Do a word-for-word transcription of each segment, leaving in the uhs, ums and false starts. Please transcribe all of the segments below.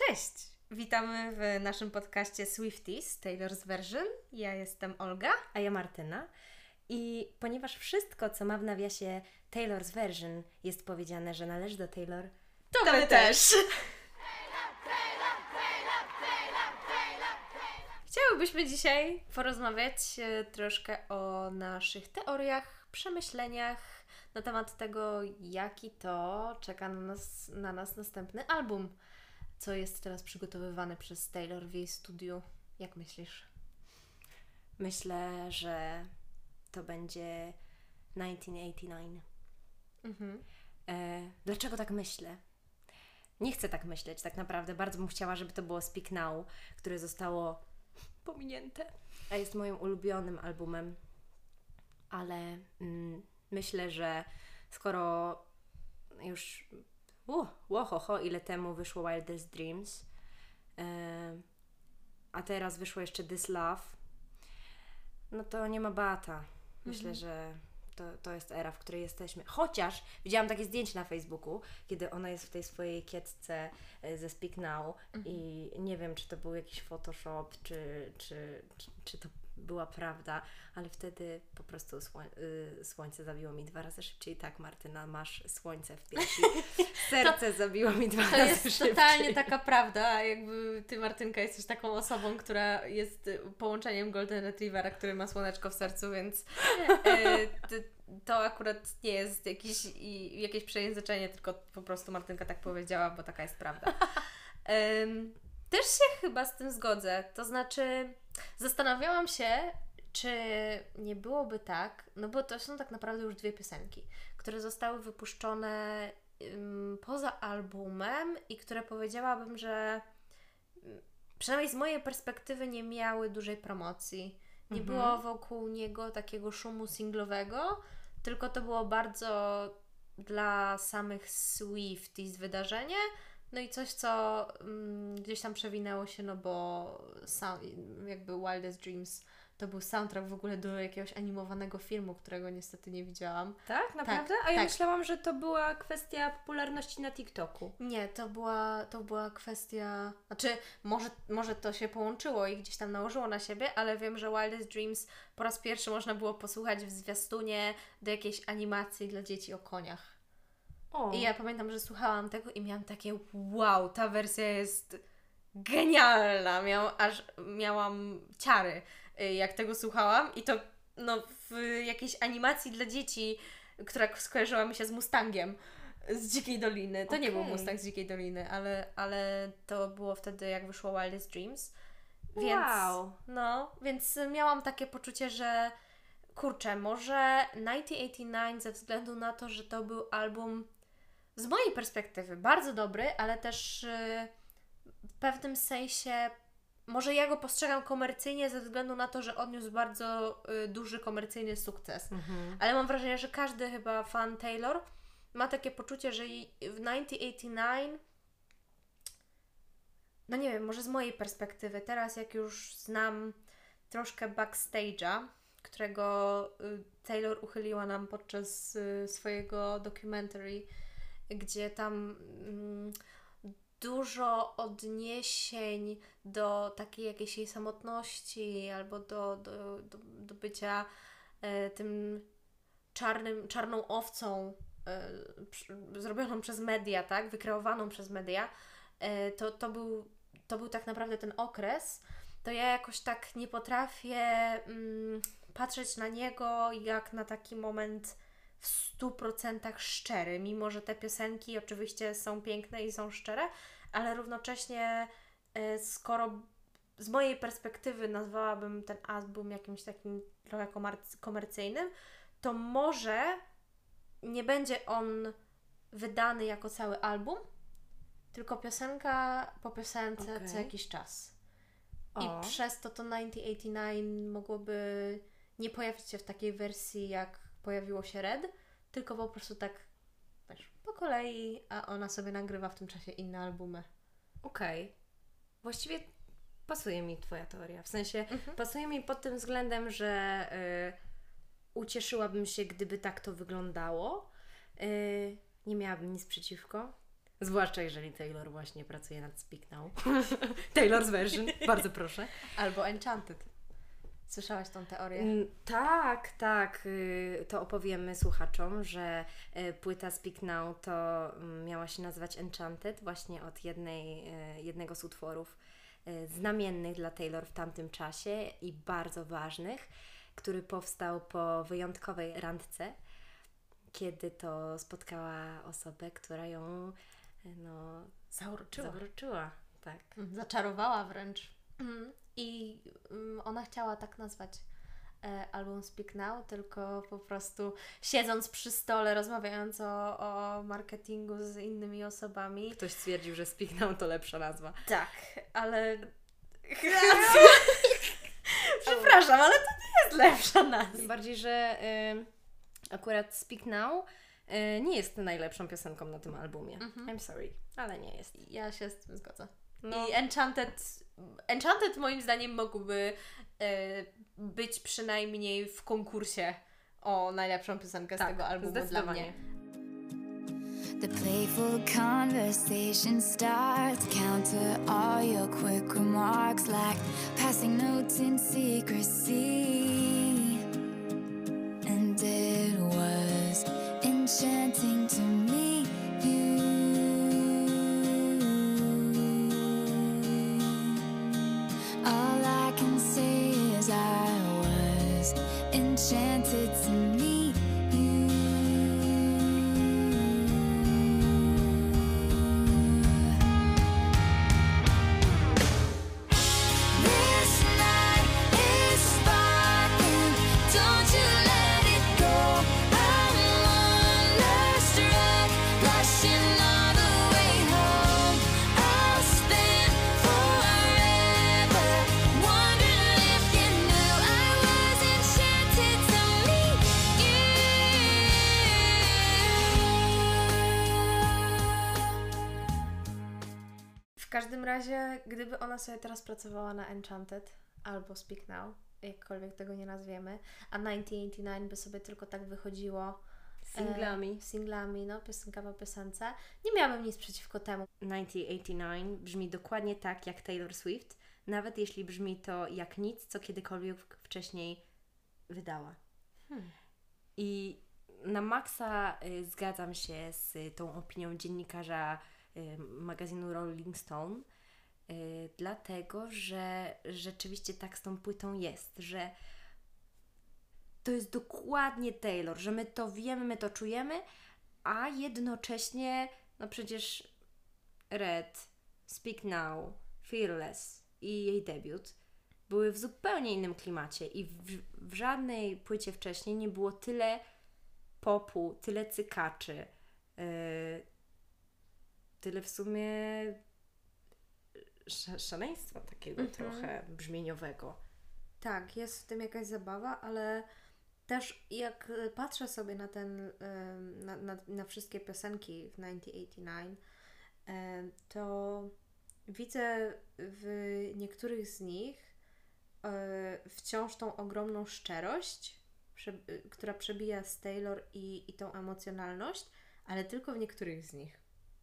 Cześć! Witamy w naszym podcaście Swifties, Taylor's Version. Ja jestem Olga. A ja Martyna. I ponieważ wszystko, co ma w nawiasie Taylor's Version jest powiedziane, że należy do Taylor, to, to my, my też! też. Chciałybyśmy dzisiaj porozmawiać troszkę o naszych teoriach, przemyśleniach na temat tego, jaki to czeka na nas, na nas następny album, co jest teraz przygotowywane przez Taylor w jej studiu. Jak myślisz? Myślę, że to będzie tysiąc dziewięćset osiemdziesiąty dziewięć. Mhm. E, dlaczego tak myślę? Nie chcę tak myśleć tak naprawdę. Bardzo bym chciała, żeby to było Speak Now, które zostało pominięte, a jest moim ulubionym albumem. Ale mm, myślę, że skoro już uh, łohoho, ile temu wyszło Wildest Dreams, yy, a teraz wyszło jeszcze This Love, no to nie ma bata. Myślę, mhm. że to, to jest era, w której jesteśmy. Chociaż widziałam takie zdjęcie na Facebooku, kiedy ona jest w tej swojej kiecce ze Speak Now mhm. i nie wiem, czy to był jakiś Photoshop, czy, czy, czy, czy to była prawda, ale wtedy po prostu słoń, y, słońce zabiło mi dwa razy szybciej. Tak, Martyna, masz słońce w piersi. Serce to, zabiło mi dwa to razy jest szybciej. Totalnie taka prawda, jakby Ty, Martynka, jesteś taką osobą, która jest połączeniem Golden Retrievera, który ma słoneczko w sercu, więc y, to akurat nie jest jakiś, i, jakieś przejęzyczenie, tylko po prostu Martynka tak powiedziała, bo taka jest prawda. Um, też się chyba z tym zgodzę. To znaczy, zastanawiałam się, czy nie byłoby tak, no bo to są tak naprawdę już dwie piosenki, które zostały wypuszczone um, poza albumem i które powiedziałabym, że um, przynajmniej z mojej perspektywy nie miały dużej promocji. Nie mhm. było wokół niego takiego szumu singlowego, tylko to było bardzo dla samych Swifties wydarzenie. No i coś, co um, gdzieś tam przewinęło się, no bo sound, jakby Wildest Dreams to był soundtrack w ogóle do jakiegoś animowanego filmu, którego niestety nie widziałam. Tak? Naprawdę? Tak, A ja tak. myślałam, że to była kwestia popularności na TikToku. Nie, to była, to była kwestia... Znaczy, może, może to się połączyło i gdzieś tam nałożyło na siebie, ale wiem, że Wildest Dreams po raz pierwszy można było posłuchać w zwiastunie do jakiejś animacji dla dzieci o koniach. O. I ja pamiętam, że słuchałam tego i miałam takie wow, ta wersja jest genialna. Miał, aż miałam ciary, jak tego słuchałam i to no, w jakiejś animacji dla dzieci, która skojarzyła mi się z Mustangiem z Dzikiej Doliny. To okay. nie był Mustang z Dzikiej Doliny, ale, ale to było wtedy, jak wyszło Wildest Dreams. Więc, wow. No, więc miałam takie poczucie, że kurczę, może tysiąc dziewięćset osiemdziesiąty dziewięć ze względu na to, że to był album z mojej perspektywy bardzo dobry, ale też yy, w pewnym sensie może ja go postrzegam komercyjnie ze względu na to, że odniósł bardzo y, duży komercyjny sukces. Mhm. Ale mam wrażenie, że każdy chyba fan Taylor ma takie poczucie, że w tysiąc dziewięćset osiemdziesiąty dziewięć, no nie wiem, może z mojej perspektywy, teraz jak już znam troszkę backstage'a, którego y, Taylor uchyliła nam podczas y, swojego documentary, gdzie tam y, dużo odniesień do takiej jakiejś jej samotności albo do, do, do, do bycia e, tym czarnym, czarną owcą e, przy, zrobioną przez media, tak? Wykreowaną przez media, e, to, to, był, to był tak naprawdę ten okres, to ja jakoś tak nie potrafię mm, patrzeć na niego jak na taki moment w stu procentach szczery, mimo że te piosenki oczywiście są piękne i są szczere, ale równocześnie y, skoro z mojej perspektywy nazwałabym ten album jakimś takim trochę komer- komercyjnym, to może nie będzie on wydany jako cały album, tylko piosenka po piosence okay. co jakiś czas. O. I przez to to tysiąc dziewięćset osiemdziesiąty dziewięć mogłoby nie pojawić się w takiej wersji, jak pojawiło się Red, tylko po prostu tak, wiesz, po kolei, a ona sobie nagrywa w tym czasie inne albumy. Okej. Okay. Właściwie pasuje mi Twoja teoria. W sensie mhm. pasuje mi pod tym względem, że y, ucieszyłabym się, gdyby tak to wyglądało. Y, nie miałabym nic przeciwko. Zwłaszcza jeżeli Taylor właśnie pracuje nad Speak Now. Taylor's version, bardzo proszę. Albo Enchanted. Słyszałaś tą teorię? Mm, tak, tak. y, To opowiemy słuchaczom, że y, płyta Speak Now to mm, miała się nazywać Enchanted właśnie od jednej, y, jednego z utworów y, znamiennych dla Taylor w tamtym czasie i bardzo ważnych, który powstał po wyjątkowej randce, kiedy to spotkała osobę, która ją y, no, Zauroczyła. zauroczyła. Tak. Zaczarowała wręcz. Mm. I mm, ona chciała tak nazwać e, album Speak Now, tylko po prostu siedząc przy stole, rozmawiając o, o marketingu z innymi osobami. Ktoś stwierdził, że Speak Now to lepsza nazwa. Tak, ale... Przepraszam, ale to nie jest lepsza nazwa. Tym bardziej, że y, akurat Speak Now y, nie jest najlepszą piosenką na tym albumie. Mhm. I'm sorry, ale nie jest. Ja się z tym zgodzę. No. I Enchanted, Enchanted moim zdaniem mógłby e, być przynajmniej w konkursie o najlepszą piosenkę Tak, z tego albumu dla zdecydowanie. mnie. The playful conversation starts. Counter all your quick remarks like passing notes in secrecy. And it was enchanting to meet you. All I can say is I was enchanted to meet you. This night is sparkling, don't you let it go. I'm wonderstruck, blushing all the way home. I'll spend forever wondering if you knew I was enchanted to meet you. W każdym razie, gdyby ona sobie teraz pracowała na Enchanted albo Speak Now, jakkolwiek tego nie nazwiemy, a tysiąc dziewięćset osiemdziesiąt dziewięć by sobie tylko tak wychodziło Singlami. e, singlami, no, piosenka po piosence, nie miałabym nic przeciwko temu. tysiąc dziewięćset osiemdziesiąt dziewięć brzmi dokładnie tak jak Taylor Swift, nawet jeśli brzmi to jak nic, co kiedykolwiek wcześniej wydała. Hmm. I na maksa y, zgadzam się z tą opinią dziennikarza y, magazynu Rolling Stone, y, dlatego, że rzeczywiście tak z tą płytą jest, że to jest dokładnie Taylor, że my to wiemy, my to czujemy, a jednocześnie, no przecież Red, Speak Now, Fearless i jej debiut były w zupełnie innym klimacie i w, w żadnej płycie wcześniej nie było tyle popu, tyle cykaczy, yy, tyle w sumie sz- szaleństwa takiego Mhm. trochę brzmieniowego. Tak, jest w tym jakaś zabawa, ale też jak y, patrzę sobie na ten, y, na, na, na wszystkie piosenki w tysiąc dziewięćset osiemdziesiąt dziewięć, y, to widzę w niektórych z nich y, wciąż tą ogromną szczerość, prze, y, która przebija z Taylor i, i tą emocjonalność, ale tylko w niektórych z nich.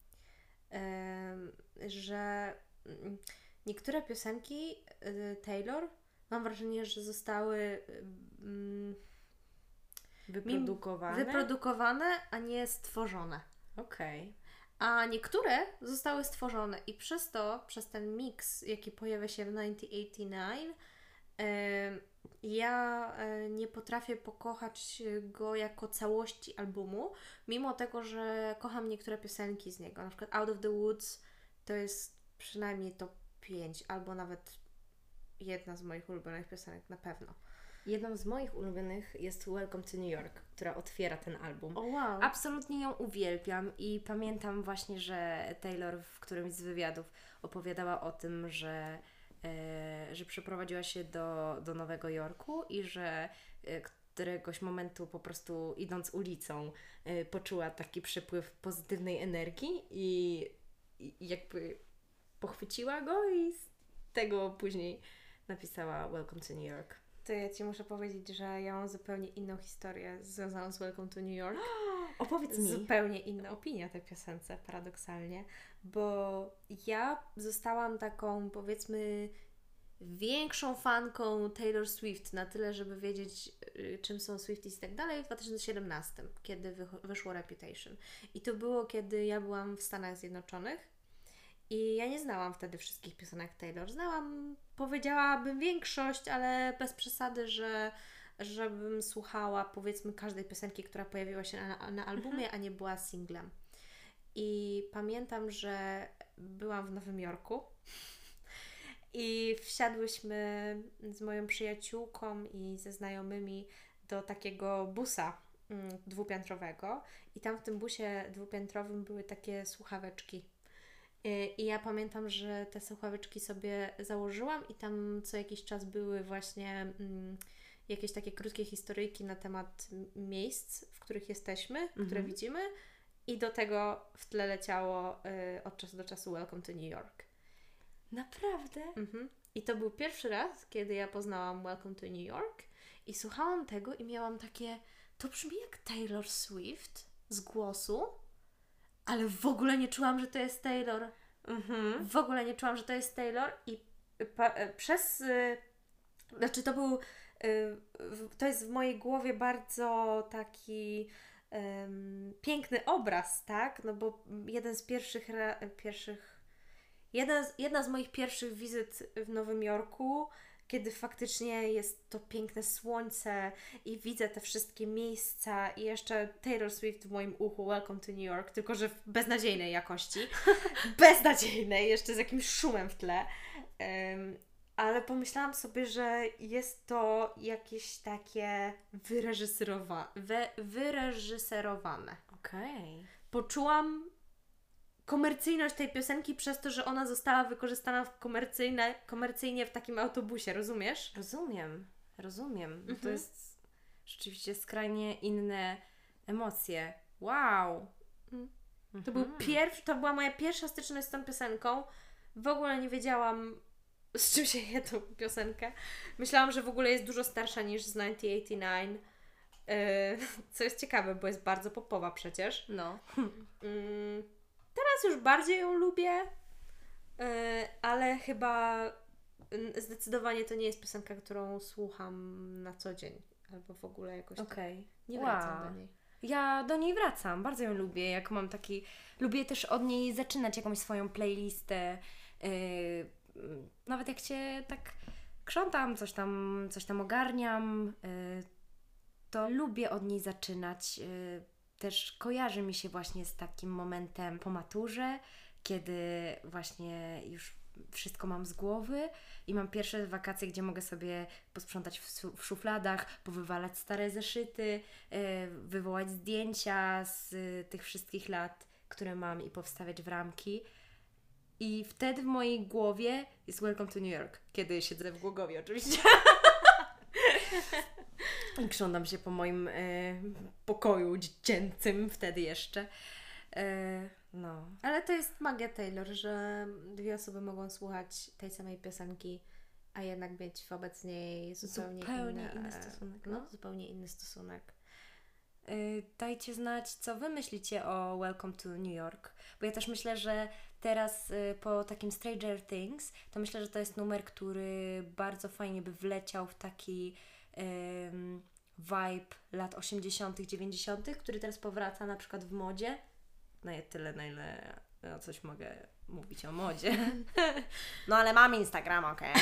Y, że y, niektóre piosenki y, Taylor mam wrażenie, że zostały mm, Wyprodukowane? wyprodukowane, a nie stworzone. Okej. A niektóre zostały stworzone i przez to, przez ten miks, jaki pojawia się w tysiąc dziewięćset osiemdziesiąt dziewięć, em, ja e, nie potrafię pokochać go jako całości albumu, mimo tego, że kocham niektóre piosenki z niego. Na przykład Out of the Woods to jest przynajmniej top pięć, albo nawet jedna z moich ulubionych piosenek na pewno. Jedną z moich ulubionych jest Welcome to New York, która otwiera ten album. O wow! Absolutnie ją uwielbiam i pamiętam właśnie, że Taylor w którymś z wywiadów opowiadała o tym, że, e, że przeprowadziła się do, do Nowego Jorku i że e, któregoś momentu po prostu idąc ulicą e, poczuła taki przepływ pozytywnej energii i, i jakby pochwyciła go i z tego później napisała Welcome to New York. To ja Ci muszę powiedzieć, że ja mam zupełnie inną historię związaną z Welcome to New York. Opowiedz mi. zupełnie inna opinia o tej piosence, paradoksalnie, bo ja zostałam taką, powiedzmy, większą fanką Taylor Swift na tyle, żeby wiedzieć, y, czym są Swifties i tak dalej, w dwa tysiące siedemnastym, kiedy wycho- wyszło Reputation. I to było, kiedy ja byłam w Stanach Zjednoczonych i ja nie znałam wtedy wszystkich piosenek Taylor. Znałam, powiedziałabym, większość, ale bez przesady, że żebym słuchała, powiedzmy, każdej piosenki, która pojawiła się na, na albumie, a nie była singlem. I pamiętam, że byłam w Nowym Jorku i wsiadłyśmy z moją przyjaciółką i ze znajomymi do takiego busa mm, dwupiętrowego i tam w tym busie dwupiętrowym były takie słuchaweczki. I, I ja pamiętam, że te słuchaweczki sobie założyłam i tam co jakiś czas były właśnie mm, jakieś takie krótkie historyjki na temat miejsc, w których jesteśmy, Mhm. które widzimy i do tego w tle leciało y, od czasu do czasu Welcome to New York. Naprawdę? Mhm. I to był pierwszy raz, kiedy ja poznałam Welcome to New York i słuchałam tego i miałam takie, to brzmi jak Taylor Swift z głosu, ale w ogóle nie czułam, że to jest Taylor. Mhm. W ogóle nie czułam, że to jest Taylor i pa, przez... Y, znaczy to był... Y, w, to jest w mojej głowie bardzo taki ym, piękny obraz, tak? No bo jeden z pierwszych... Ra, pierwszych Jedna z, jedna z moich pierwszych wizyt w Nowym Jorku, kiedy faktycznie jest to piękne słońce i widzę te wszystkie miejsca i jeszcze Taylor Swift w moim uchu, Welcome to New York, tylko że w beznadziejnej jakości. Beznadziejnej, jeszcze z jakimś szumem w tle. Um, ale pomyślałam sobie, że jest to jakieś takie wyreżyserowa- we, wyreżyserowane. Okej. Poczułam komercyjność tej piosenki przez to, że ona została wykorzystana w komercyjne, komercyjnie w takim autobusie, rozumiesz? Rozumiem, rozumiem. Mhm. To jest rzeczywiście skrajnie inne emocje. Wow! To, był Mhm. pierw, to była moja pierwsza styczność z tą piosenką. W ogóle nie wiedziałam, z czym się je tą piosenkę. Myślałam, że w ogóle jest dużo starsza niż z tysiąc dziewięćset osiemdziesiąt dziewięć. Yy, co jest ciekawe, bo jest bardzo popowa przecież. No. Mm, teraz już bardziej ją lubię, yy, ale chyba yy, zdecydowanie to nie jest piosenka, którą słucham na co dzień. Albo w ogóle jakoś tak Okej. nie wracam Wow. do niej. Ja do niej wracam, bardzo ją lubię, jak mam taki... Lubię też od niej zaczynać jakąś swoją playlistę. Yy, mm, nawet jak się tak krzątam, coś tam, coś tam ogarniam, yy, to lubię od niej zaczynać. Yy, też kojarzy mi się właśnie z takim momentem po maturze, kiedy właśnie już wszystko mam z głowy i mam pierwsze wakacje, gdzie mogę sobie posprzątać w, su- w szufladach, powywalać stare zeszyty, yy, wywołać zdjęcia z y, tych wszystkich lat, które mam i powstawiać w ramki. I wtedy w mojej głowie jest Welcome to New York, kiedy siedzę w Głogowie oczywiście. I krzątam się po moim y, pokoju dziecięcym wtedy jeszcze. Y, no. Ale to jest magia Taylor, że dwie osoby mogą słuchać tej samej piosenki, a jednak mieć wobec niej zupełnie, Zupełnie inne, inny stosunek, No, no. zupełnie inny stosunek. Y, dajcie znać, co Wy myślicie o Welcome to New York. Bo ja też myślę, że teraz y, po takim Stranger Things, to myślę, że to jest numer, który bardzo fajnie by wleciał w taki ym, vibe lat osiemdziesiątych, dziewięćdziesiątych, który teraz powraca na przykład w modzie. No i tyle, na ile no, coś mogę mówić o modzie. No ale mam Instagram, okej,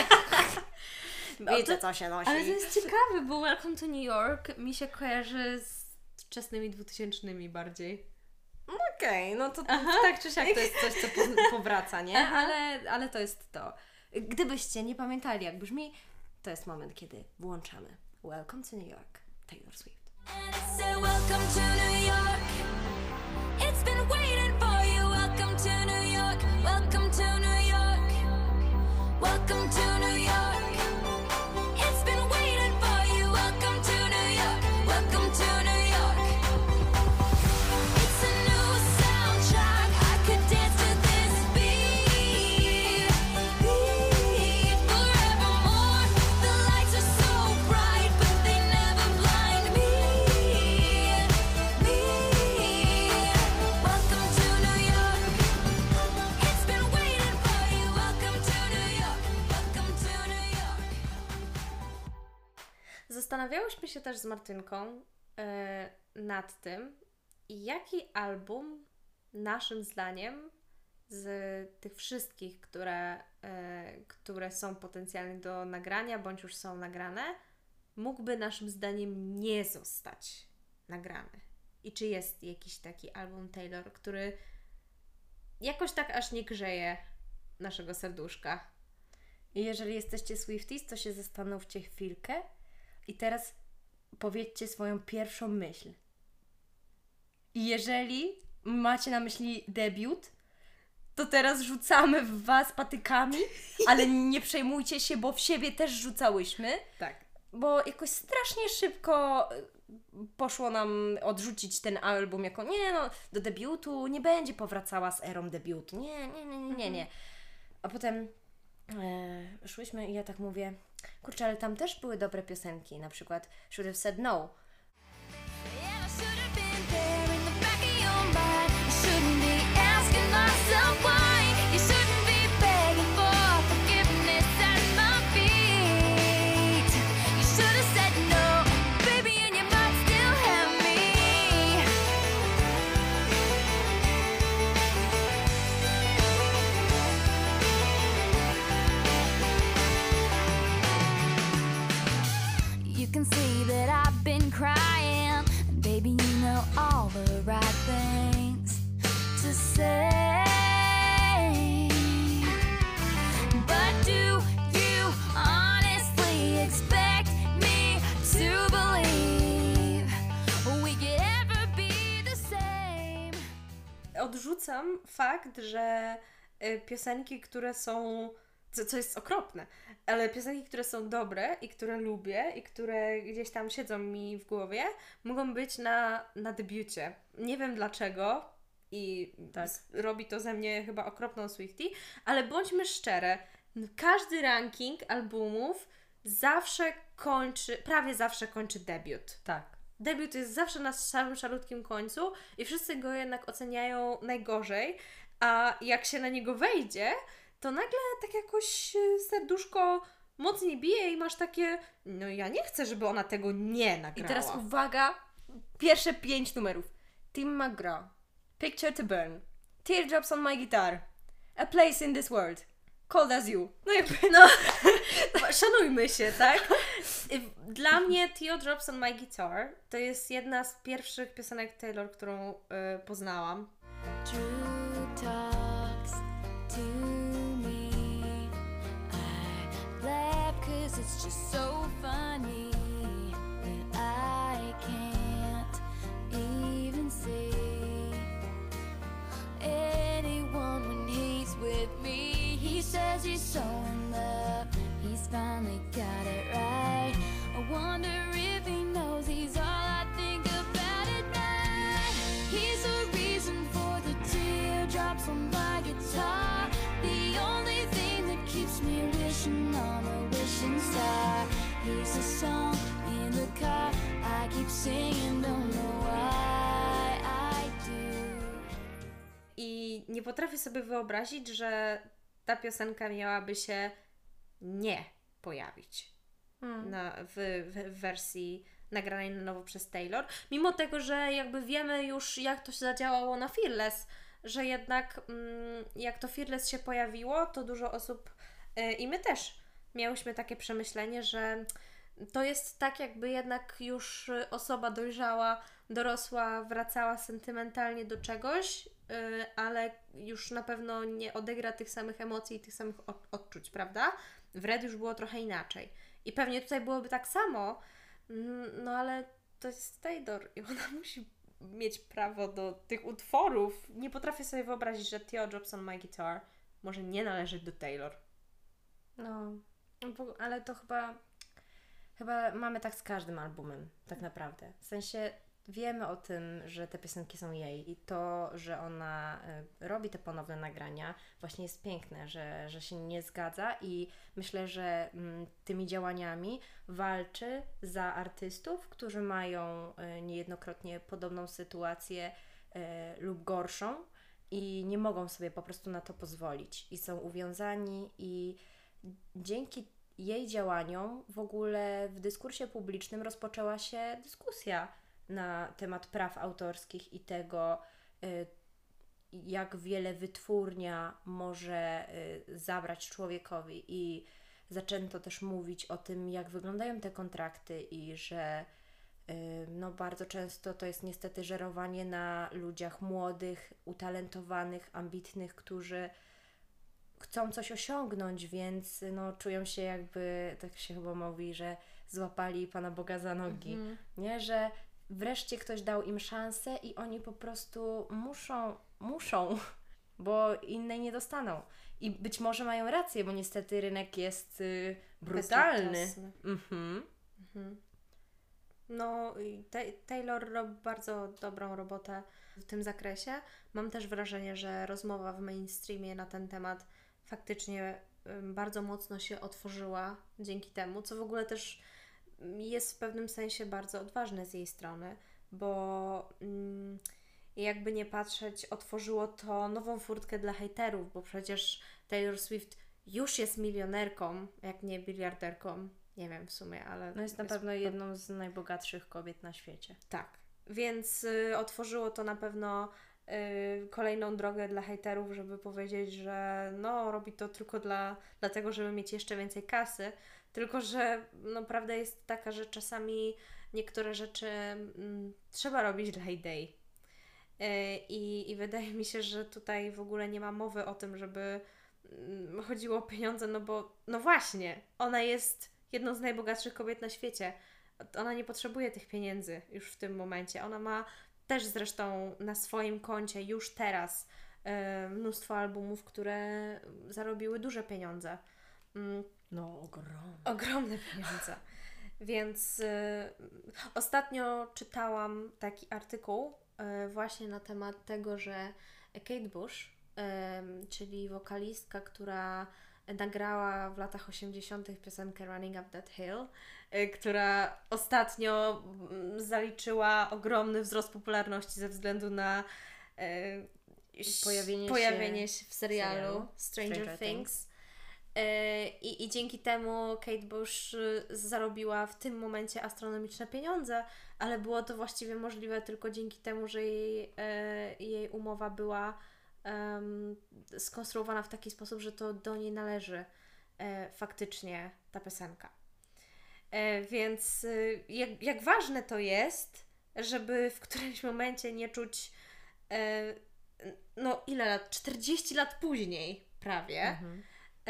więc widzę, co się nosi. Ale to jest ciekawe, bo Welcome to New York mi się kojarzy z wczesnymi dwutysięcznymi bardziej. Okej, no to tak czy siak to jest coś, co po, powraca, nie? Ale, ale to jest to. Gdybyście nie pamiętali, jak brzmi, to jest moment, kiedy włączamy Welcome to New York, Taylor Swift. Say welcome to New York. It's been waiting for you. Welcome to New York. Welcome to New York. Welcome to New York. It's been waiting for you. Welcome to New York. Welcome to New York. It's a new soundtrack. I could dance to this beat. Beat forevermore. The lights are so bright, but they never blind me. Me. Zastanawiałyśmy się też z Martynką e, nad tym, jaki album naszym zdaniem z tych wszystkich, które, e, które są potencjalnie do nagrania, bądź już są nagrane, mógłby naszym zdaniem nie zostać nagrany. I czy jest jakiś taki album Taylor, który jakoś tak aż nie grzeje naszego serduszka. I jeżeli jesteście Swifties, to się zastanówcie chwilkę i teraz powiedzcie swoją pierwszą myśl. I jeżeli macie na myśli debiut, to teraz rzucamy w Was patykami, ale nie przejmujcie się, bo w siebie też rzucałyśmy, Tak. bo jakoś strasznie szybko y, poszło nam odrzucić ten album jako nie no, do debiutu nie będzie powracała z erą debiutu, nie, nie, nie, nie, nie, nie. A potem e, szłyśmy i ja tak mówię, kurczę, ale tam też były dobre piosenki, na przykład Should Have Said No. Yeah, I should have been there in the back of your mind. You shouldn't be asking myself why. You shouldn't be begging for forgiveness at my feet. You should have said no, baby, and you might still have me. You can see that I've been crying. Baby, you know all the right things to say. But do you honestly expect me to believe we could ever be the same? Odrzucam fakt, że y, piosenki, które są, co, co jest okropne, ale piosenki, które są dobre i które lubię i które gdzieś tam siedzą mi w głowie, mogą być na, na debiucie. Nie wiem dlaczego i Tak. s- robi to ze mnie chyba okropną Swiftie, ale bądźmy szczere, no, każdy ranking albumów zawsze kończy, prawie zawsze kończy debiut. Tak. Debiut jest zawsze na samym szalutkim końcu i wszyscy go jednak oceniają najgorzej, a jak się na niego wejdzie, to nagle tak jakoś y, serduszko mocniej bije i masz takie, no ja nie chcę, żeby ona tego nie I nagrała. teraz uwaga, pierwsze pięć numerów. Tim McGraw, Picture to Burn, Teardrops on My Guitar, A Place in This World, Cold as You. No jakby, No, szanujmy się, tak? Y, Dla mnie Teardrops on My Guitar to jest jedna z pierwszych piosenek Taylor, którą y, poznałam. True talks to me. I laugh 'cause it's just so funny that I can't even see anyone when he's with me. He says he's so in love, he's finally got it right. I wonder if he knows he's all I think about at night. He's a reason for the teardrops on my guitar. The only thing that keeps me wishing on a wishing star. He's a song in the car I keep singing, don't know why I do. I nie potrafię sobie wyobrazić, że ta piosenka miałaby się nie pojawić na, w, w, w wersji nagranej na nowo przez Taylor. Mimo tego, że jakby wiemy już, jak to się zadziałało na Fearless, że jednak mm, jak to Fearless się pojawiło, to dużo osób y, i my też miałyśmy takie przemyślenie, że to jest tak, jakby jednak już y, osoba dojrzała, dorosła, wracała sentymentalnie do czegoś, y, ale już na pewno nie odegra tych samych emocji i tych samych od- odczuć, prawda? W Red już było trochę inaczej. I pewnie tutaj byłoby tak samo, mm, no ale to jest Taylor i ona musi mieć prawo do tych utworów. Nie potrafię sobie wyobrazić, że Teardrops on My Guitar może nie należeć do Taylor. No, bo- ale to chyba, chyba mamy tak z każdym albumem, tak naprawdę. W sensie wiemy o tym, że te piosenki są jej i to, że ona y, robi te ponowne nagrania właśnie jest piękne, że, że się nie zgadza i myślę, że mm, tymi działaniami walczy za artystów, którzy mają y, niejednokrotnie podobną sytuację y, lub gorszą i nie mogą sobie po prostu na to pozwolić i są uwiązani i dzięki jej działaniom w ogóle w dyskursie publicznym rozpoczęła się dyskusja na temat praw autorskich i tego, y, jak wiele wytwórnia może y, zabrać człowiekowi, i zaczęto też mówić o tym, jak wyglądają te kontrakty i że y, no bardzo często to jest niestety żerowanie na ludziach młodych, utalentowanych, ambitnych, którzy chcą coś osiągnąć, więc no, czują się jakby, tak się chyba mówi, że złapali Pana Boga za nogi, Mhm. nie? Że wreszcie ktoś dał im szansę i oni po prostu muszą, muszą, bo innej nie dostaną. I być może mają rację, bo niestety rynek jest y, brutalny. Bezlitosny. Mhm. Mhm. No, i Ta- Taylor robi bardzo dobrą robotę w tym zakresie. Mam też wrażenie, że rozmowa w mainstreamie na ten temat faktycznie ym, bardzo mocno się otworzyła dzięki temu, co w ogóle też ym, jest w pewnym sensie bardzo odważne z jej strony, bo ym, jakby nie patrzeć, otworzyło to nową furtkę dla hejterów, bo przecież Taylor Swift już jest milionerką, jak nie biliarderką. Nie wiem w sumie, ale... No jest na pewno jedną z najbogatszych kobiet na świecie. Tak, więc y, otworzyło to na pewno y, kolejną drogę dla hejterów, żeby powiedzieć, że no robi to tylko dla, dlatego, żeby mieć jeszcze więcej kasy, tylko że no, prawda jest taka, że czasami niektóre rzeczy mm, trzeba robić dla idei. Y, i, I wydaje mi się, że tutaj w ogóle nie ma mowy o tym, żeby mm, chodziło o pieniądze, no bo no właśnie, ona jest jedną z najbogatszych kobiet na świecie. Ona nie potrzebuje tych pieniędzy już w tym momencie. Ona ma też zresztą na swoim koncie już teraz e, mnóstwo albumów, które zarobiły duże pieniądze. Mm, No, ogromnie. ogromne pieniądze. Więc e, ostatnio czytałam taki artykuł e, właśnie na temat tego, że Kate Bush, e, czyli wokalistka, która nagrała w latach osiemdziesiątych piosenkę Running Up That Hill, y, która ostatnio mm, zaliczyła ogromny wzrost popularności ze względu na y, Pojawienie pojawienie się się w serialu, serialu Stranger, Stranger Things. Y, I, I dzięki temu Kate Bush y, zarobiła w tym momencie astronomiczne pieniądze, ale było to właściwie możliwe tylko dzięki temu, że jej, y, jej umowa była Um, skonstruowana w taki sposób, że to do niej należy e, faktycznie ta piosenka. E, więc e, jak, jak ważne to jest, żeby w którymś momencie nie czuć e, no ile lat? czterdzieści lat później prawie Mhm.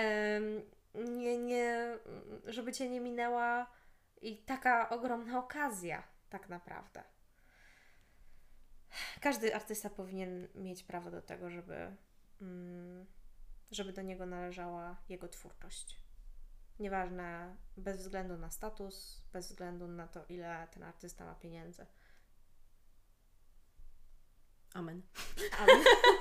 e, nie, nie, żeby Cię nie minęła i taka ogromna okazja tak naprawdę. Każdy artysta powinien mieć prawo do tego, żeby, mm, żeby do niego należała jego twórczość. Nieważne, bez względu na status, bez względu na to, ile ten artysta ma pieniędzy. Amen. Amen.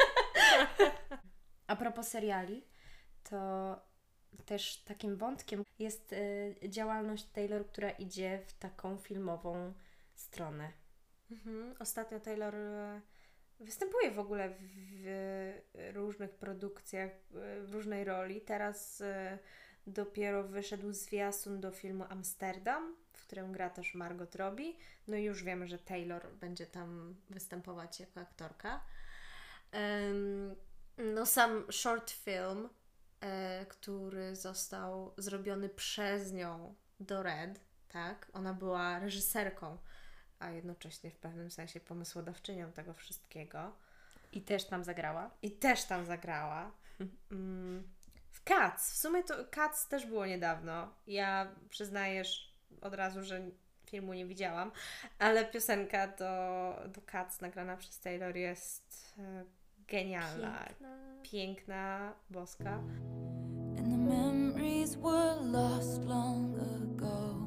A propos seriali, to też takim wątkiem jest y, działalność Taylor, która idzie w taką filmową stronę. Mhm. Ostatnio Taylor e, występuje w ogóle w, w różnych produkcjach, e, w różnej roli. Teraz e, dopiero wyszedł zwiastun do filmu Amsterdam, w którym gra też Margot Robbie. No i już wiemy, że Taylor będzie tam występować jako aktorka. Em, no sam short film, e, który został zrobiony przez nią do Red, tak? Ona była reżyserką, a jednocześnie w pewnym sensie pomysłodawczynią tego wszystkiego. I też tam zagrała. I też tam zagrała. Mm, w Cats. W sumie to Cats też było niedawno. Ja przyznajesz od razu, że filmu nie widziałam, ale piosenka do, do Cats nagrana przez Taylor jest e, genialna. Piękna. Piękna, boska. And the memories were lost long ago.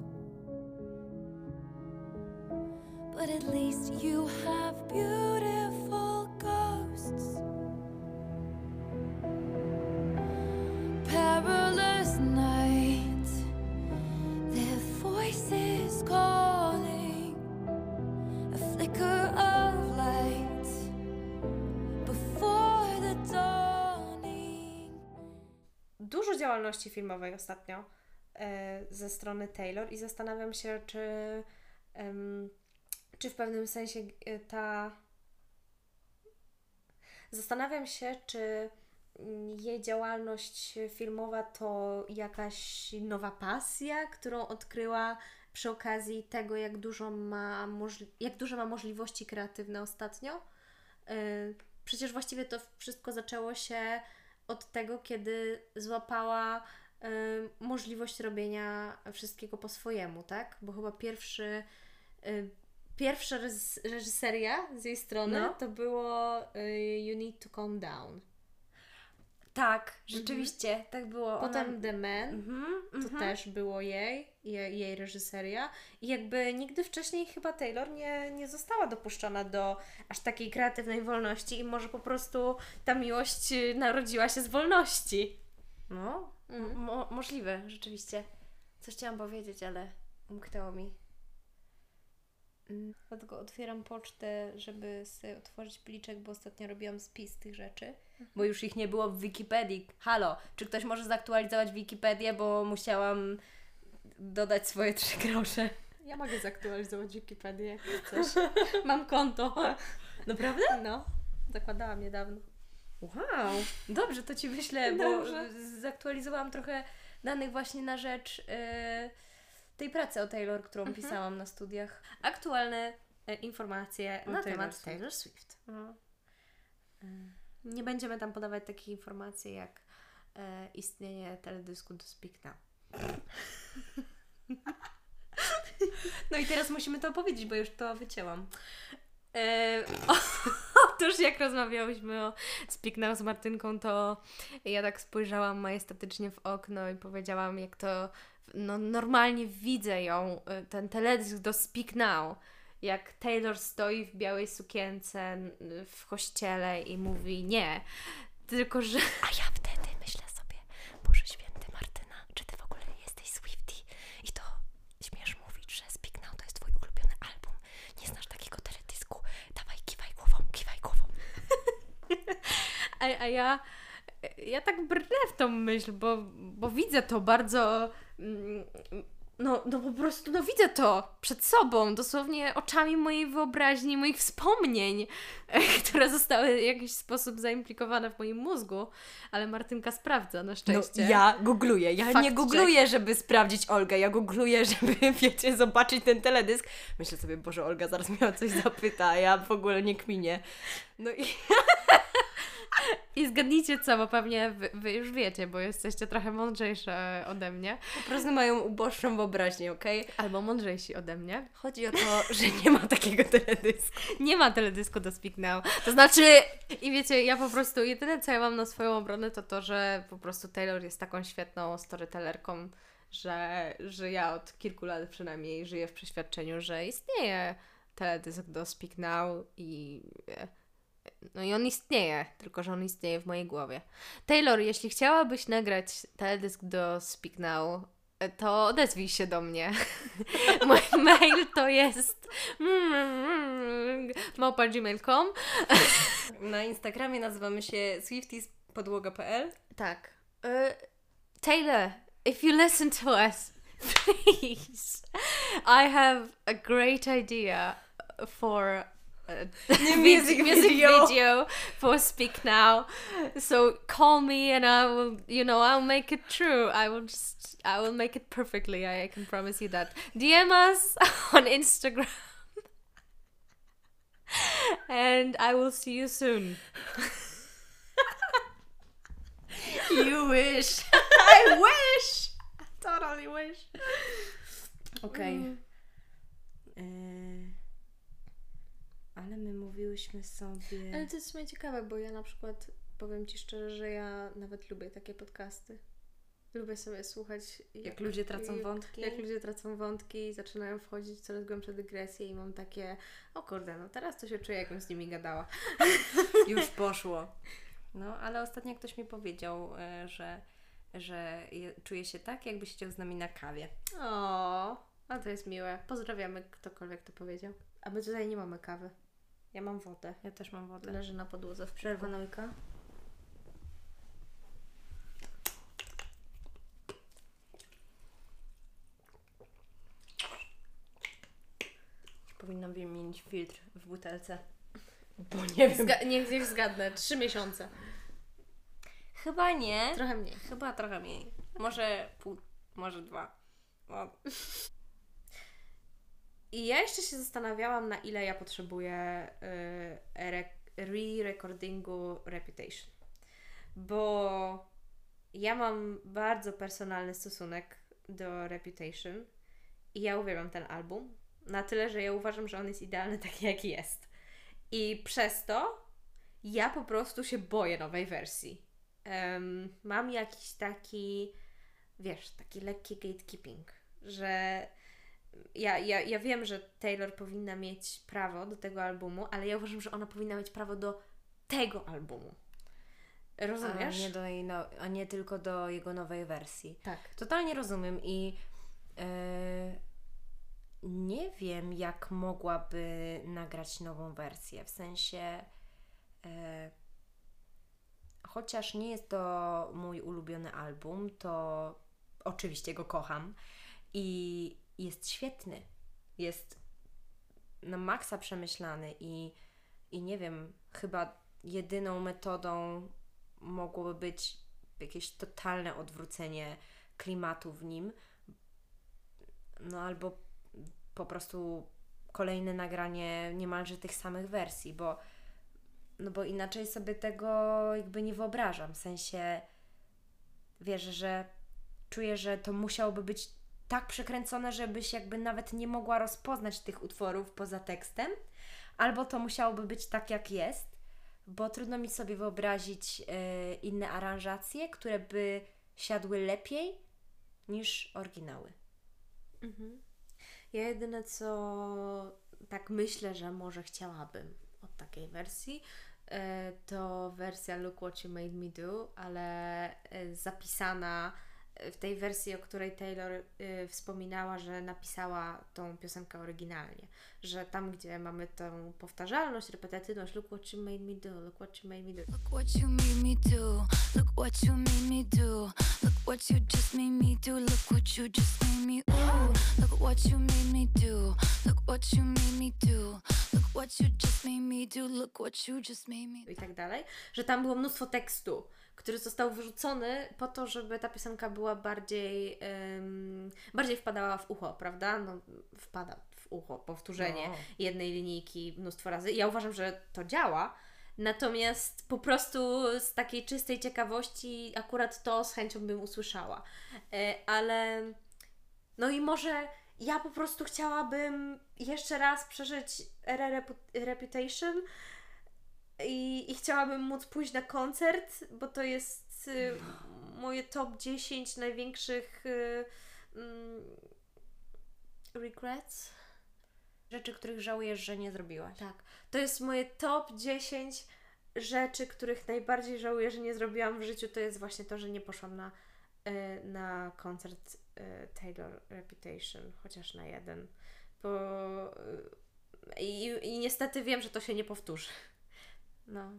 But at least you have beautiful ghosts. Perilous night, their voices calling, a flicker of light before the dawning. Dużo działalności filmowej ostatnio e, ze strony Taylor i zastanawiam się, czy, em, czy w pewnym sensie e, ta... Zastanawiam się, czy mm, jej działalność filmowa to jakaś nowa pasja, którą odkryła przy okazji tego, jak dużo ma, możli- jak duże ma możliwości kreatywne ostatnio. Yy, Przecież właściwie to wszystko zaczęło się od tego, kiedy złapała yy, możliwość robienia wszystkiego po swojemu, tak? Bo chyba pierwszy, yy, pierwsza reż- reżyseria z jej strony No. to było yy, You Need to Calm Down. Tak, rzeczywiście, tak było. Potem Ona... The Man, Mhm, to mhm. też było jej, jej, jej reżyseria. I jakby nigdy wcześniej chyba Taylor nie, nie została dopuszczona do aż takiej kreatywnej wolności i może po prostu ta miłość y, narodziła się z wolności. No, Mhm. mo- możliwe, rzeczywiście. Coś chciałam powiedzieć, ale umknęło mi. Mm. Dlatego otwieram pocztę, żeby sobie otworzyć pliczek, bo ostatnio robiłam spis tych rzeczy. Bo już ich nie było w Wikipedii. Halo, czy ktoś może zaktualizować Wikipedię, bo musiałam dodać swoje trzy grosze. Ja mogę zaktualizować Wikipedię, jak chcesz. Mam konto. Naprawdę? No, zakładałam niedawno. Wow, dobrze, to Ci wyślę, bo Dobrze. zaktualizowałam trochę danych właśnie na rzecz yy, tej pracy o Taylor, którą pisałam na studiach. Aktualne e, informacje O na Taylor temat Swift. Taylor Swift. No. Nie będziemy tam podawać takich informacji jak e, istnienie teledysku do Speak Now. No i teraz musimy to opowiedzieć, bo już to wycięłam. E, o, otóż jak rozmawiałyśmy o Speak Now z Martynką, to ja tak spojrzałam majestatycznie w okno i powiedziałam, jak to no, normalnie widzę ją, e, ten teledysk do Speak Now. Jak Taylor stoi w białej sukience n- w kościele i mówi nie. Tylko, że... A ja wtedy myślę sobie, Boże Święty Martyna, czy Ty w ogóle jesteś Swiftie? I to śmiesz mówić, że Speak Now to jest Twój ulubiony album. Nie znasz takiego teledysku? Dawaj, kiwaj głową, kiwaj głową. A, a ja, ja tak brnę w tą myśl, bo, bo widzę to bardzo, mm, no, no po prostu, no widzę to przed sobą, dosłownie oczami mojej wyobraźni, moich wspomnień, które zostały w jakiś sposób zaimplikowane w moim mózgu, ale Martynka sprawdza na szczęście. No, ja googluję. Ja Fact nie check. googluję, żeby sprawdzić Olgę. Ja googluję, żeby, wiecie, zobaczyć ten teledysk. Myślę sobie, Boże, Olga zaraz mnie o coś zapyta, a ja w ogóle nie kminię. No i... I zgadnijcie co, bo pewnie wy, wy już wiecie, bo jesteście trochę mądrzejsze ode mnie, Po prostu mają uboższą wyobraźnię, okej? albo mądrzejsi ode mnie. Chodzi o to, że nie ma takiego teledysku. Nie ma teledysku do Speak Now. To znaczy, i wiecie, ja po prostu, jedyne co ja mam na swoją obronę to to, że po prostu Taylor jest taką świetną storytellerką, że, że ja od kilku lat przynajmniej żyję w przeświadczeniu, że istnieje teledysk do Speak Now i... No i on istnieje, tylko że on istnieje w mojej głowie. Taylor, jeśli chciałabyś nagrać teledysk do Speak Now, to odezwij się do mnie. Mój mail to jest małpa gmail kropka com. Na Instagramie nazywamy się swifties podłoga kropka p l. Tak. Y, Taylor, if you listen to us, please, I have a great idea for a music video. video for Speak Now. So call me and I will, you know, I'll make it true. I will just, I will make it perfectly. I, I can promise you that. D M us on Instagram. And I will see you soon. You wish. I wish! Totally wish. Okej. Mm. Y, ale my mówiłyśmy sobie... Ale to jest w sumie ciekawe, bo ja na przykład powiem Ci szczerze, że ja nawet lubię takie podcasty. Lubię sobie słuchać, jak, Jak ludzie tracą jak, wątki. Jak ludzie tracą wątki i zaczynają wchodzić w coraz głębsze dygresje i mam takie, o kurde, no teraz to się czuję, jakbym z nimi gadała. Już poszło. No, ale ostatnio ktoś mi powiedział, e, że, że je- czuje się tak, jakby siedział z nami na kawie. O, a to jest miłe. Pozdrawiamy ktokolwiek to powiedział. A my tutaj nie mamy kawy. Ja mam wodę. Ja też mam wodę. Leży na podłodze w Przerwa przerwę. na łyka. lubię mieć filtr w butelce. Bo nie wiem. Zga- niech, niech zgadnę. Trzy miesiące. Chyba nie. Trochę mniej. Chyba trochę mniej. Może pół, może dwa. No. I ja jeszcze się zastanawiałam, na ile ja potrzebuję y, re- re-recordingu Reputation. Bo ja mam bardzo personalny stosunek do Reputation i ja uwielbiam ten album. Na tyle, że ja uważam, że on jest idealny taki, jaki jest. I przez to ja po prostu się boję nowej wersji. Um, mam jakiś taki, wiesz, taki lekki gatekeeping, że ja, ja, ja wiem, że Taylor powinna mieć prawo do tego albumu, ale ja uważam, że ona powinna mieć prawo do tego albumu. Rozumiesz? A nie, do jej no, a nie tylko do jego nowej wersji. Tak. Totalnie rozumiem i e, nie wiem, jak mogłaby nagrać nową wersję. W sensie e, chociaż nie jest to mój ulubiony album, to oczywiście go kocham i jest świetny. Jest na maksa przemyślany i, i nie wiem, chyba jedyną metodą mogłoby być jakieś totalne odwrócenie klimatu w nim, no albo po prostu kolejne nagranie niemalże tych samych wersji, bo no bo inaczej sobie tego jakby nie wyobrażam, w sensie wiesz, że czuję, że to musiałoby być tak przekręcone, żebyś jakby nawet nie mogła rozpoznać tych utworów poza tekstem, albo to musiałoby być tak, jak jest, bo trudno mi sobie wyobrazić y, inne aranżacje, które by siadły lepiej niż oryginały. Mhm. Ja jedyne co tak myślę, że może chciałabym od takiej wersji, y, to wersja Look What You Made Me Do, ale y, zapisana w tej wersji, o której Taylor y, wspominała, że napisała tą piosenkę oryginalnie. Że tam, gdzie mamy tą powtarzalność, repetytywność, look what you made me do, look what you made me do. Look what you made me do. Look what you made me do. Look what you just made me do. Look what you just made me. Ooh. Look what you made me do. Look what you made me do. Look what you just made me do. Look what you just made me. I tak dalej. Że tam było mnóstwo tekstu, który został wyrzucony po to, żeby ta piosenka była bardziej um, bardziej wpadała w ucho, prawda? No, wpada w ucho, powtórzenie No. jednej linijki mnóstwo razy. I ja uważam, że to działa, natomiast po prostu z takiej czystej ciekawości akurat to z chęcią bym usłyszała. E, ale no i może ja po prostu chciałabym jeszcze raz przeżyć erę Repu- Reputation, I, I chciałabym móc pójść na koncert, bo to jest y, moje top dziesięć największych y, mm, regrets. Rzeczy, których żałujesz, że nie zrobiłaś. Tak. To jest moje top dziesięć rzeczy, których najbardziej żałuję, że nie zrobiłam w życiu. To jest właśnie to, że nie poszłam na, y, na koncert y, Taylor Reputation, chociaż na jeden. Bo y, i, i niestety wiem, że to się nie powtórzy. No.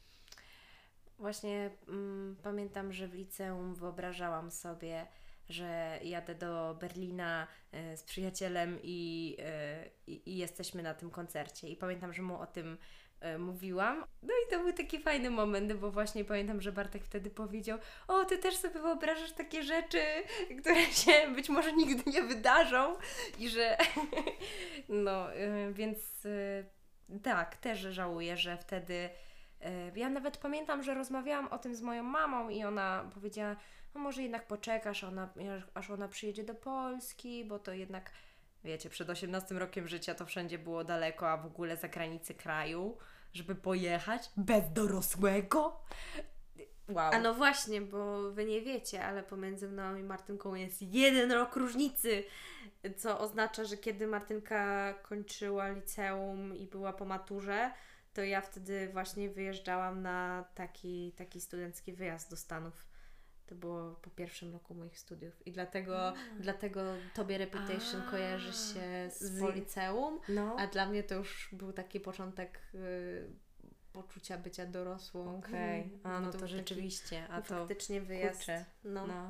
Właśnie mm, pamiętam, że w liceum wyobrażałam sobie, że jadę do Berlina y, z przyjacielem i, y, i, i jesteśmy na tym koncercie. I pamiętam, że mu o tym y, mówiłam. No i to był taki fajny moment, bo właśnie pamiętam, że Bartek wtedy powiedział: o, ty też sobie wyobrażasz takie rzeczy, które się być może nigdy nie wydarzą. I że no, y, więc y, tak, też żałuję, że wtedy ja nawet pamiętam, że rozmawiałam o tym z moją mamą i ona powiedziała: no może jednak poczekasz, ona, aż ona przyjedzie do Polski, bo to jednak, wiecie, przed osiemnastym rokiem życia to wszędzie było daleko, a w ogóle za granicę kraju, żeby pojechać bez dorosłego. Wow. A no właśnie, bo Wy nie wiecie, ale pomiędzy mną i Martynką jest jeden rok różnicy, co oznacza, że kiedy Martynka kończyła liceum i była po maturze, to ja wtedy właśnie wyjeżdżałam na taki, taki studencki wyjazd do Stanów. To było po pierwszym roku moich studiów i dlatego, dlatego Tobie Reputation A. kojarzy się z Z- po liceum, No. a dla mnie to już był taki początek y, poczucia bycia dorosłą. Okej, Mhm. a no Bo to, był taki rzeczywiście, a to faktycznie wyjazd. kurczę, No. no.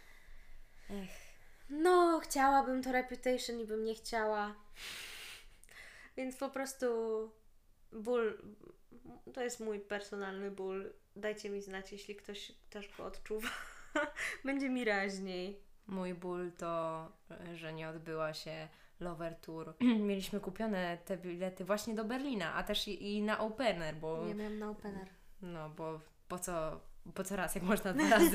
Ech. no, chciałabym to Reputation i bym nie chciała. Więc po prostu ból, to jest mój personalny ból. Dajcie mi znać, jeśli ktoś też go odczuwa. Będzie mi raźniej. Mój ból to, że nie odbyła się Lover Tour. Mieliśmy kupione te bilety właśnie do Berlina, a też i, i na opener, bo... Nie miałam na opener. No, bo po co, po co raz, jak można dwa razy.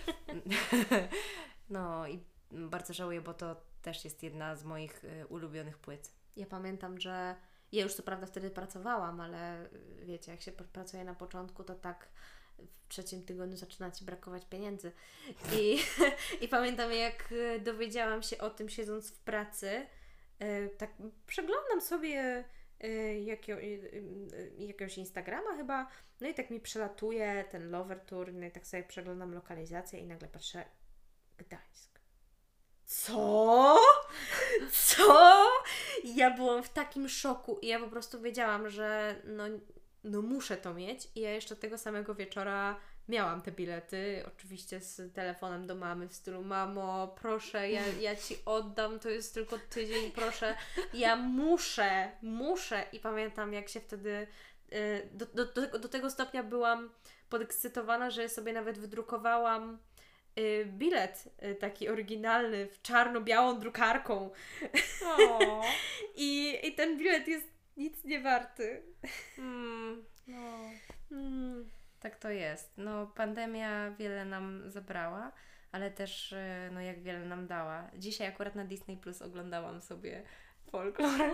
No i bardzo żałuję, bo to też jest jedna z moich y, ulubionych płyt. Ja pamiętam, że ja już co prawda wtedy pracowałam, ale wiecie, jak się pr- pracuje na początku, to tak w trzecim tygodniu zaczyna Ci brakować pieniędzy. I, i pamiętam, jak e, dowiedziałam się o tym siedząc w pracy, e, tak przeglądam sobie e, jakio, e, e, jakiegoś Instagrama chyba, no i tak mi przelatuje ten Lover Tour, no i tak sobie przeglądam lokalizację i nagle patrzę, Gdańsk. Co? Co? Ja byłam w takim szoku i ja po prostu wiedziałam, że no, no muszę to mieć i ja jeszcze tego samego wieczora miałam te bilety, oczywiście z telefonem do mamy w stylu mamo, proszę, ja, ja Ci oddam, to jest tylko tydzień, proszę, ja muszę, muszę i pamiętam jak się wtedy y, do, do, do, do tego stopnia byłam podekscytowana, że sobie nawet wydrukowałam y, bilet y, taki oryginalny w czarno-białą drukarką. O. I, I ten bilet jest nic nie warty. Mm, no, Mm. tak to jest. No, pandemia wiele nam zabrała, ale też y, no, jak wiele nam dała. Dzisiaj akurat na Disney Plus oglądałam sobie folklor.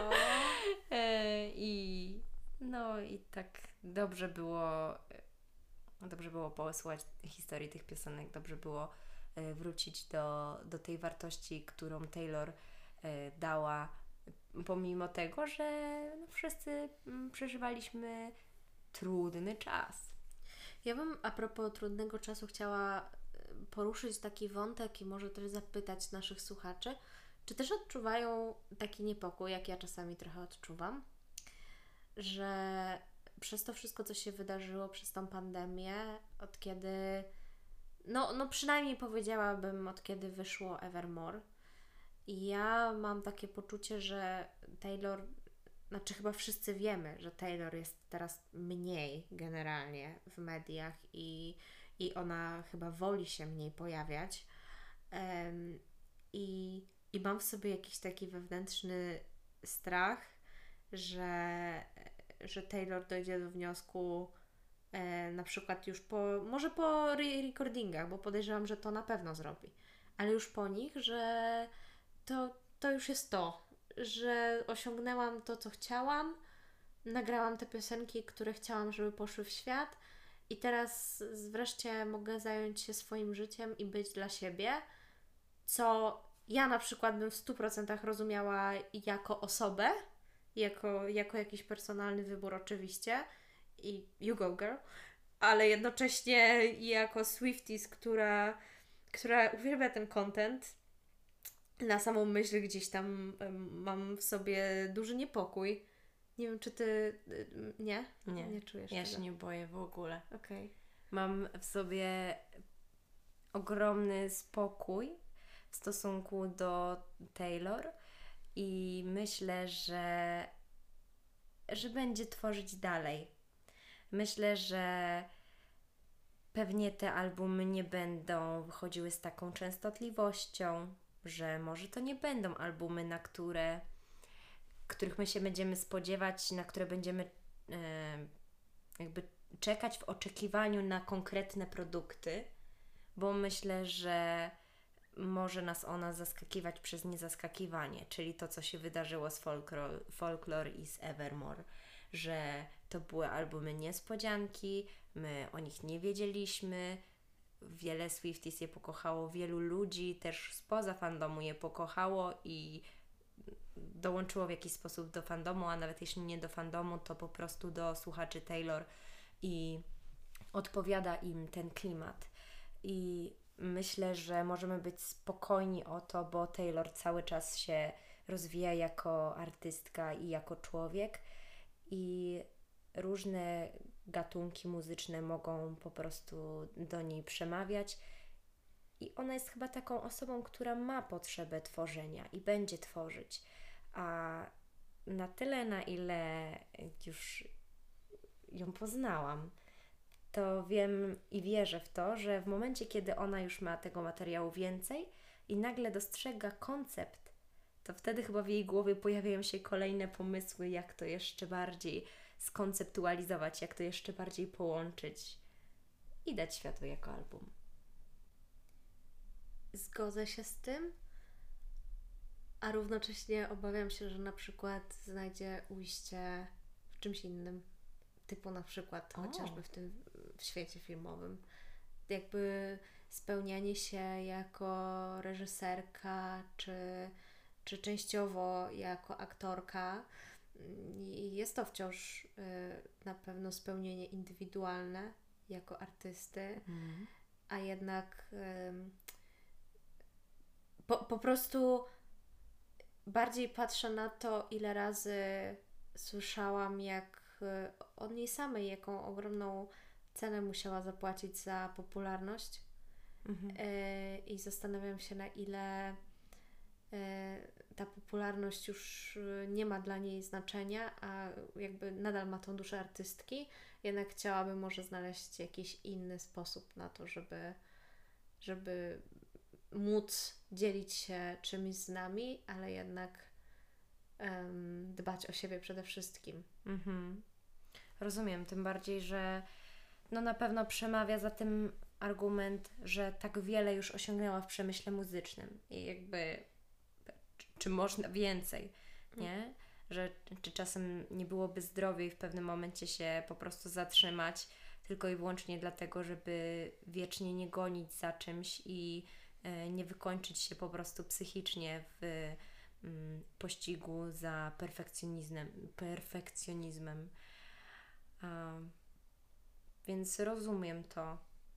E, I no i tak dobrze było dobrze było posłuchać historii tych piosenek, dobrze było e, wrócić do, do tej wartości, którą Taylor e, dała, pomimo tego, że no, wszyscy mm, przeżywaliśmy trudny czas. Ja bym a propos trudnego czasu chciała y, poruszyć taki wątek i może też zapytać naszych słuchaczy, czy też odczuwają taki niepokój, jak ja czasami trochę odczuwam, że przez to wszystko, co się wydarzyło, przez tą pandemię, od kiedy, no, no przynajmniej powiedziałabym, od kiedy wyszło Evermore, i ja mam takie poczucie, że Taylor, znaczy chyba wszyscy wiemy, że Taylor jest teraz mniej generalnie w mediach i, i ona chyba woli się mniej pojawiać. Em, i, I mam w sobie jakiś taki wewnętrzny strach, że, że Taylor dojdzie do wniosku e, na przykład już po, może po re- recordingach, bo podejrzewam, że to na pewno zrobi, ale już po nich, że to, to już jest to, że osiągnęłam to, co chciałam, nagrałam te piosenki, które chciałam, żeby poszły w świat i teraz wreszcie mogę zająć się swoim życiem i być dla siebie, co ja na przykład bym w stu procentach rozumiała jako osobę, jako, jako jakiś personalny wybór oczywiście i you go girl, ale jednocześnie jako Swifties, która, która uwielbia ten content, na samą myśl gdzieś tam em, mam w sobie duży niepokój. Nie wiem, czy ty... y, Nie? Nie, Nie czujesz ja tego? się nie boję w ogóle. Okej. Mam w sobie ogromny spokój w stosunku do Taylor i myślę, że, że będzie tworzyć dalej. Myślę, że pewnie te albumy nie będą wychodziły z taką częstotliwością, że może to nie będą albumy, na które, których my się będziemy spodziewać, na które będziemy e, jakby czekać w oczekiwaniu na konkretne produkty, bo myślę, że może nas ona zaskakiwać przez niezaskakiwanie, czyli to, co się wydarzyło z Folklore, Folklore i z Evermore, że to były albumy niespodzianki, my o nich nie wiedzieliśmy, wiele Swifties je pokochało, wielu ludzi też spoza fandomu je pokochało i dołączyło w jakiś sposób do fandomu, a nawet jeśli nie do fandomu, to po prostu do słuchaczy Taylor i odpowiada im ten klimat. I myślę, że możemy być spokojni o to, bo Taylor cały czas się rozwija jako artystka i jako człowiek i różne gatunki muzyczne mogą po prostu do niej przemawiać i ona jest chyba taką osobą, która ma potrzebę tworzenia i będzie tworzyć, a na tyle, na ile już ją poznałam, to wiem i wierzę w to, że w momencie, kiedy ona już ma tego materiału więcej i nagle dostrzega koncept, to wtedy chyba w jej głowie pojawiają się kolejne pomysły, jak to jeszcze bardziej skonceptualizować, jak to jeszcze bardziej połączyć i dać światu jako album. Zgodzę się z tym, a równocześnie obawiam się, że na przykład znajdzie ujście w czymś innym. Typu na przykład O. chociażby w tym w świecie filmowym. Jakby spełnianie się jako reżyserka, czy, czy częściowo jako aktorka. I jest to wciąż y, na pewno spełnienie indywidualne jako artysty, Mm. a jednak ym, po, po prostu bardziej patrzę na to, ile razy słyszałam, jak y, od niej samej, jaką ogromną cenę musiała zapłacić za popularność. Mhm. Y, I zastanawiam się, na ile y, ta popularność już y, nie ma dla niej znaczenia, a jakby nadal ma tą duszę artystki, jednak chciałabym może znaleźć jakiś inny sposób na to, żeby, żeby móc dzielić się czymś z nami, ale jednak em, dbać o siebie przede wszystkim. Mhm. Rozumiem, tym bardziej, że no na pewno przemawia za tym argument, że tak wiele już osiągnęła w przemyśle muzycznym i jakby czy, czy można więcej, nie? Że czy czasem nie byłoby zdrowiej w pewnym momencie się po prostu zatrzymać tylko i wyłącznie dlatego, żeby wiecznie nie gonić za czymś i e, nie wykończyć się po prostu psychicznie w mm, pościgu za perfekcjonizmem. perfekcjonizmem. A, więc rozumiem to.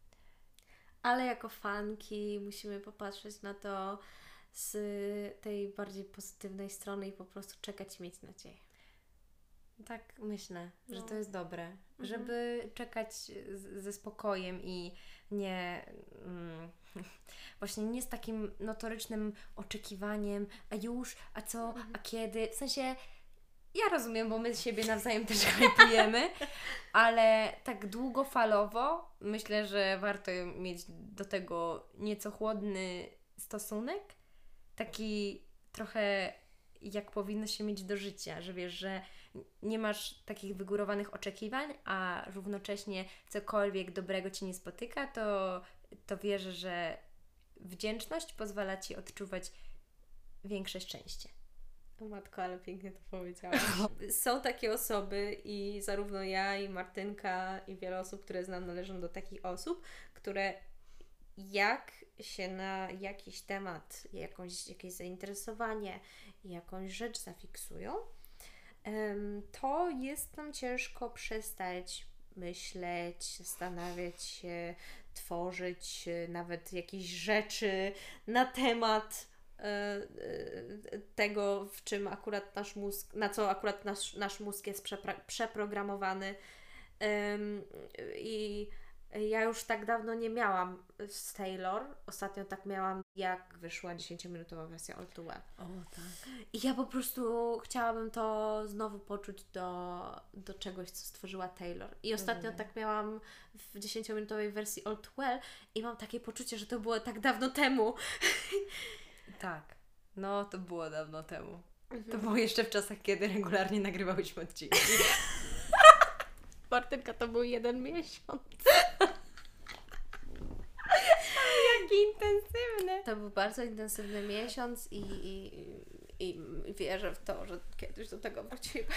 Ale jako fanki musimy popatrzeć na to z tej bardziej pozytywnej strony i po prostu czekać i mieć nadzieję. Tak myślę, że No. to jest dobre, żeby czekać z, ze spokojem i nie mm, właśnie nie z takim notorycznym oczekiwaniem, a już, a co, a kiedy, w sensie ja rozumiem, bo my siebie nawzajem też hypujemy, ale tak długofalowo myślę, że warto mieć do tego nieco chłodny stosunek, taki trochę jak powinno się mieć do życia, że wiesz, że nie masz takich wygórowanych oczekiwań, a równocześnie cokolwiek dobrego Cię nie spotyka, to, to wierzę, że wdzięczność pozwala Ci odczuwać większe szczęście. O matko, ale pięknie to powiedziałaś. Są takie osoby i zarówno ja, i Martynka, i wiele osób, które znam, należą do takich osób, które jak się na jakiś temat, jakąś, jakieś zainteresowanie, jakąś rzecz zafiksują, em, to jest nam ciężko przestać myśleć, zastanawiać się, tworzyć e, nawet jakieś rzeczy na temat e, e, tego, w czym akurat nasz mózg, na co akurat nasz, nasz mózg jest przepra- przeprogramowany. Em, I ja już tak dawno nie miałam z Taylor. Ostatnio tak miałam, jak wyszła dziesięciominutowa wersja All Too Well. O tak. I ja po prostu chciałabym to znowu poczuć do, do czegoś, co stworzyła Taylor. I ostatnio Rozumiem. tak miałam w dziesięciominutowej wersji All Too Well i mam takie poczucie, że to było tak dawno temu. Tak. No, to było dawno temu. To było jeszcze w czasach, kiedy regularnie nagrywałyśmy odcinki. Martynka, to był jeden miesiąc. Jaki intensywny. To był bardzo intensywny miesiąc i, i, i, i wierzę w to, że kiedyś do tego wrócimy.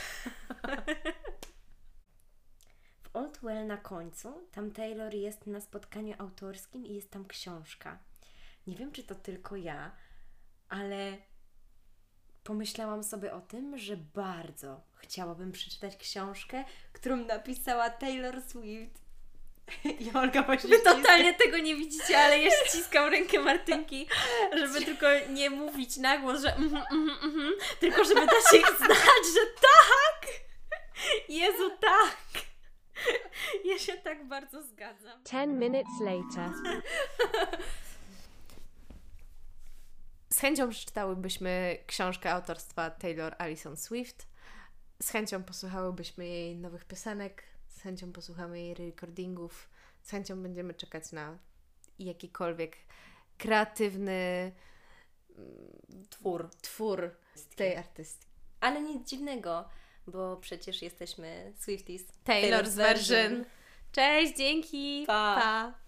W Old Well na końcu, tam Taylor jest na spotkaniu autorskim i jest tam książka. Nie wiem, czy to tylko ja, ale pomyślałam sobie o tym, że bardzo chciałabym przeczytać książkę, którą napisała Taylor Swift. I Olga właśnie Wy totalnie tego nie widzicie, ale ja ściskam rękę Martynki, żeby tylko nie mówić na głos, że mhm, mhm, mhm, tylko żeby dać ich znać, że tak! Jezu, tak! Ja się tak bardzo zgadzam. Ten minutes later. z chęcią przeczytałybyśmy książkę autorstwa Taylor Allison Swift. Z chęcią posłuchałybyśmy jej nowych piosenek. Z chęcią posłuchamy jej recordingów. Z chęcią będziemy czekać na jakikolwiek kreatywny Twór. twór tej artystki. Ale nic dziwnego, bo przecież jesteśmy Swifties. Taylor's version. Cześć, dzięki. Pa. Pa.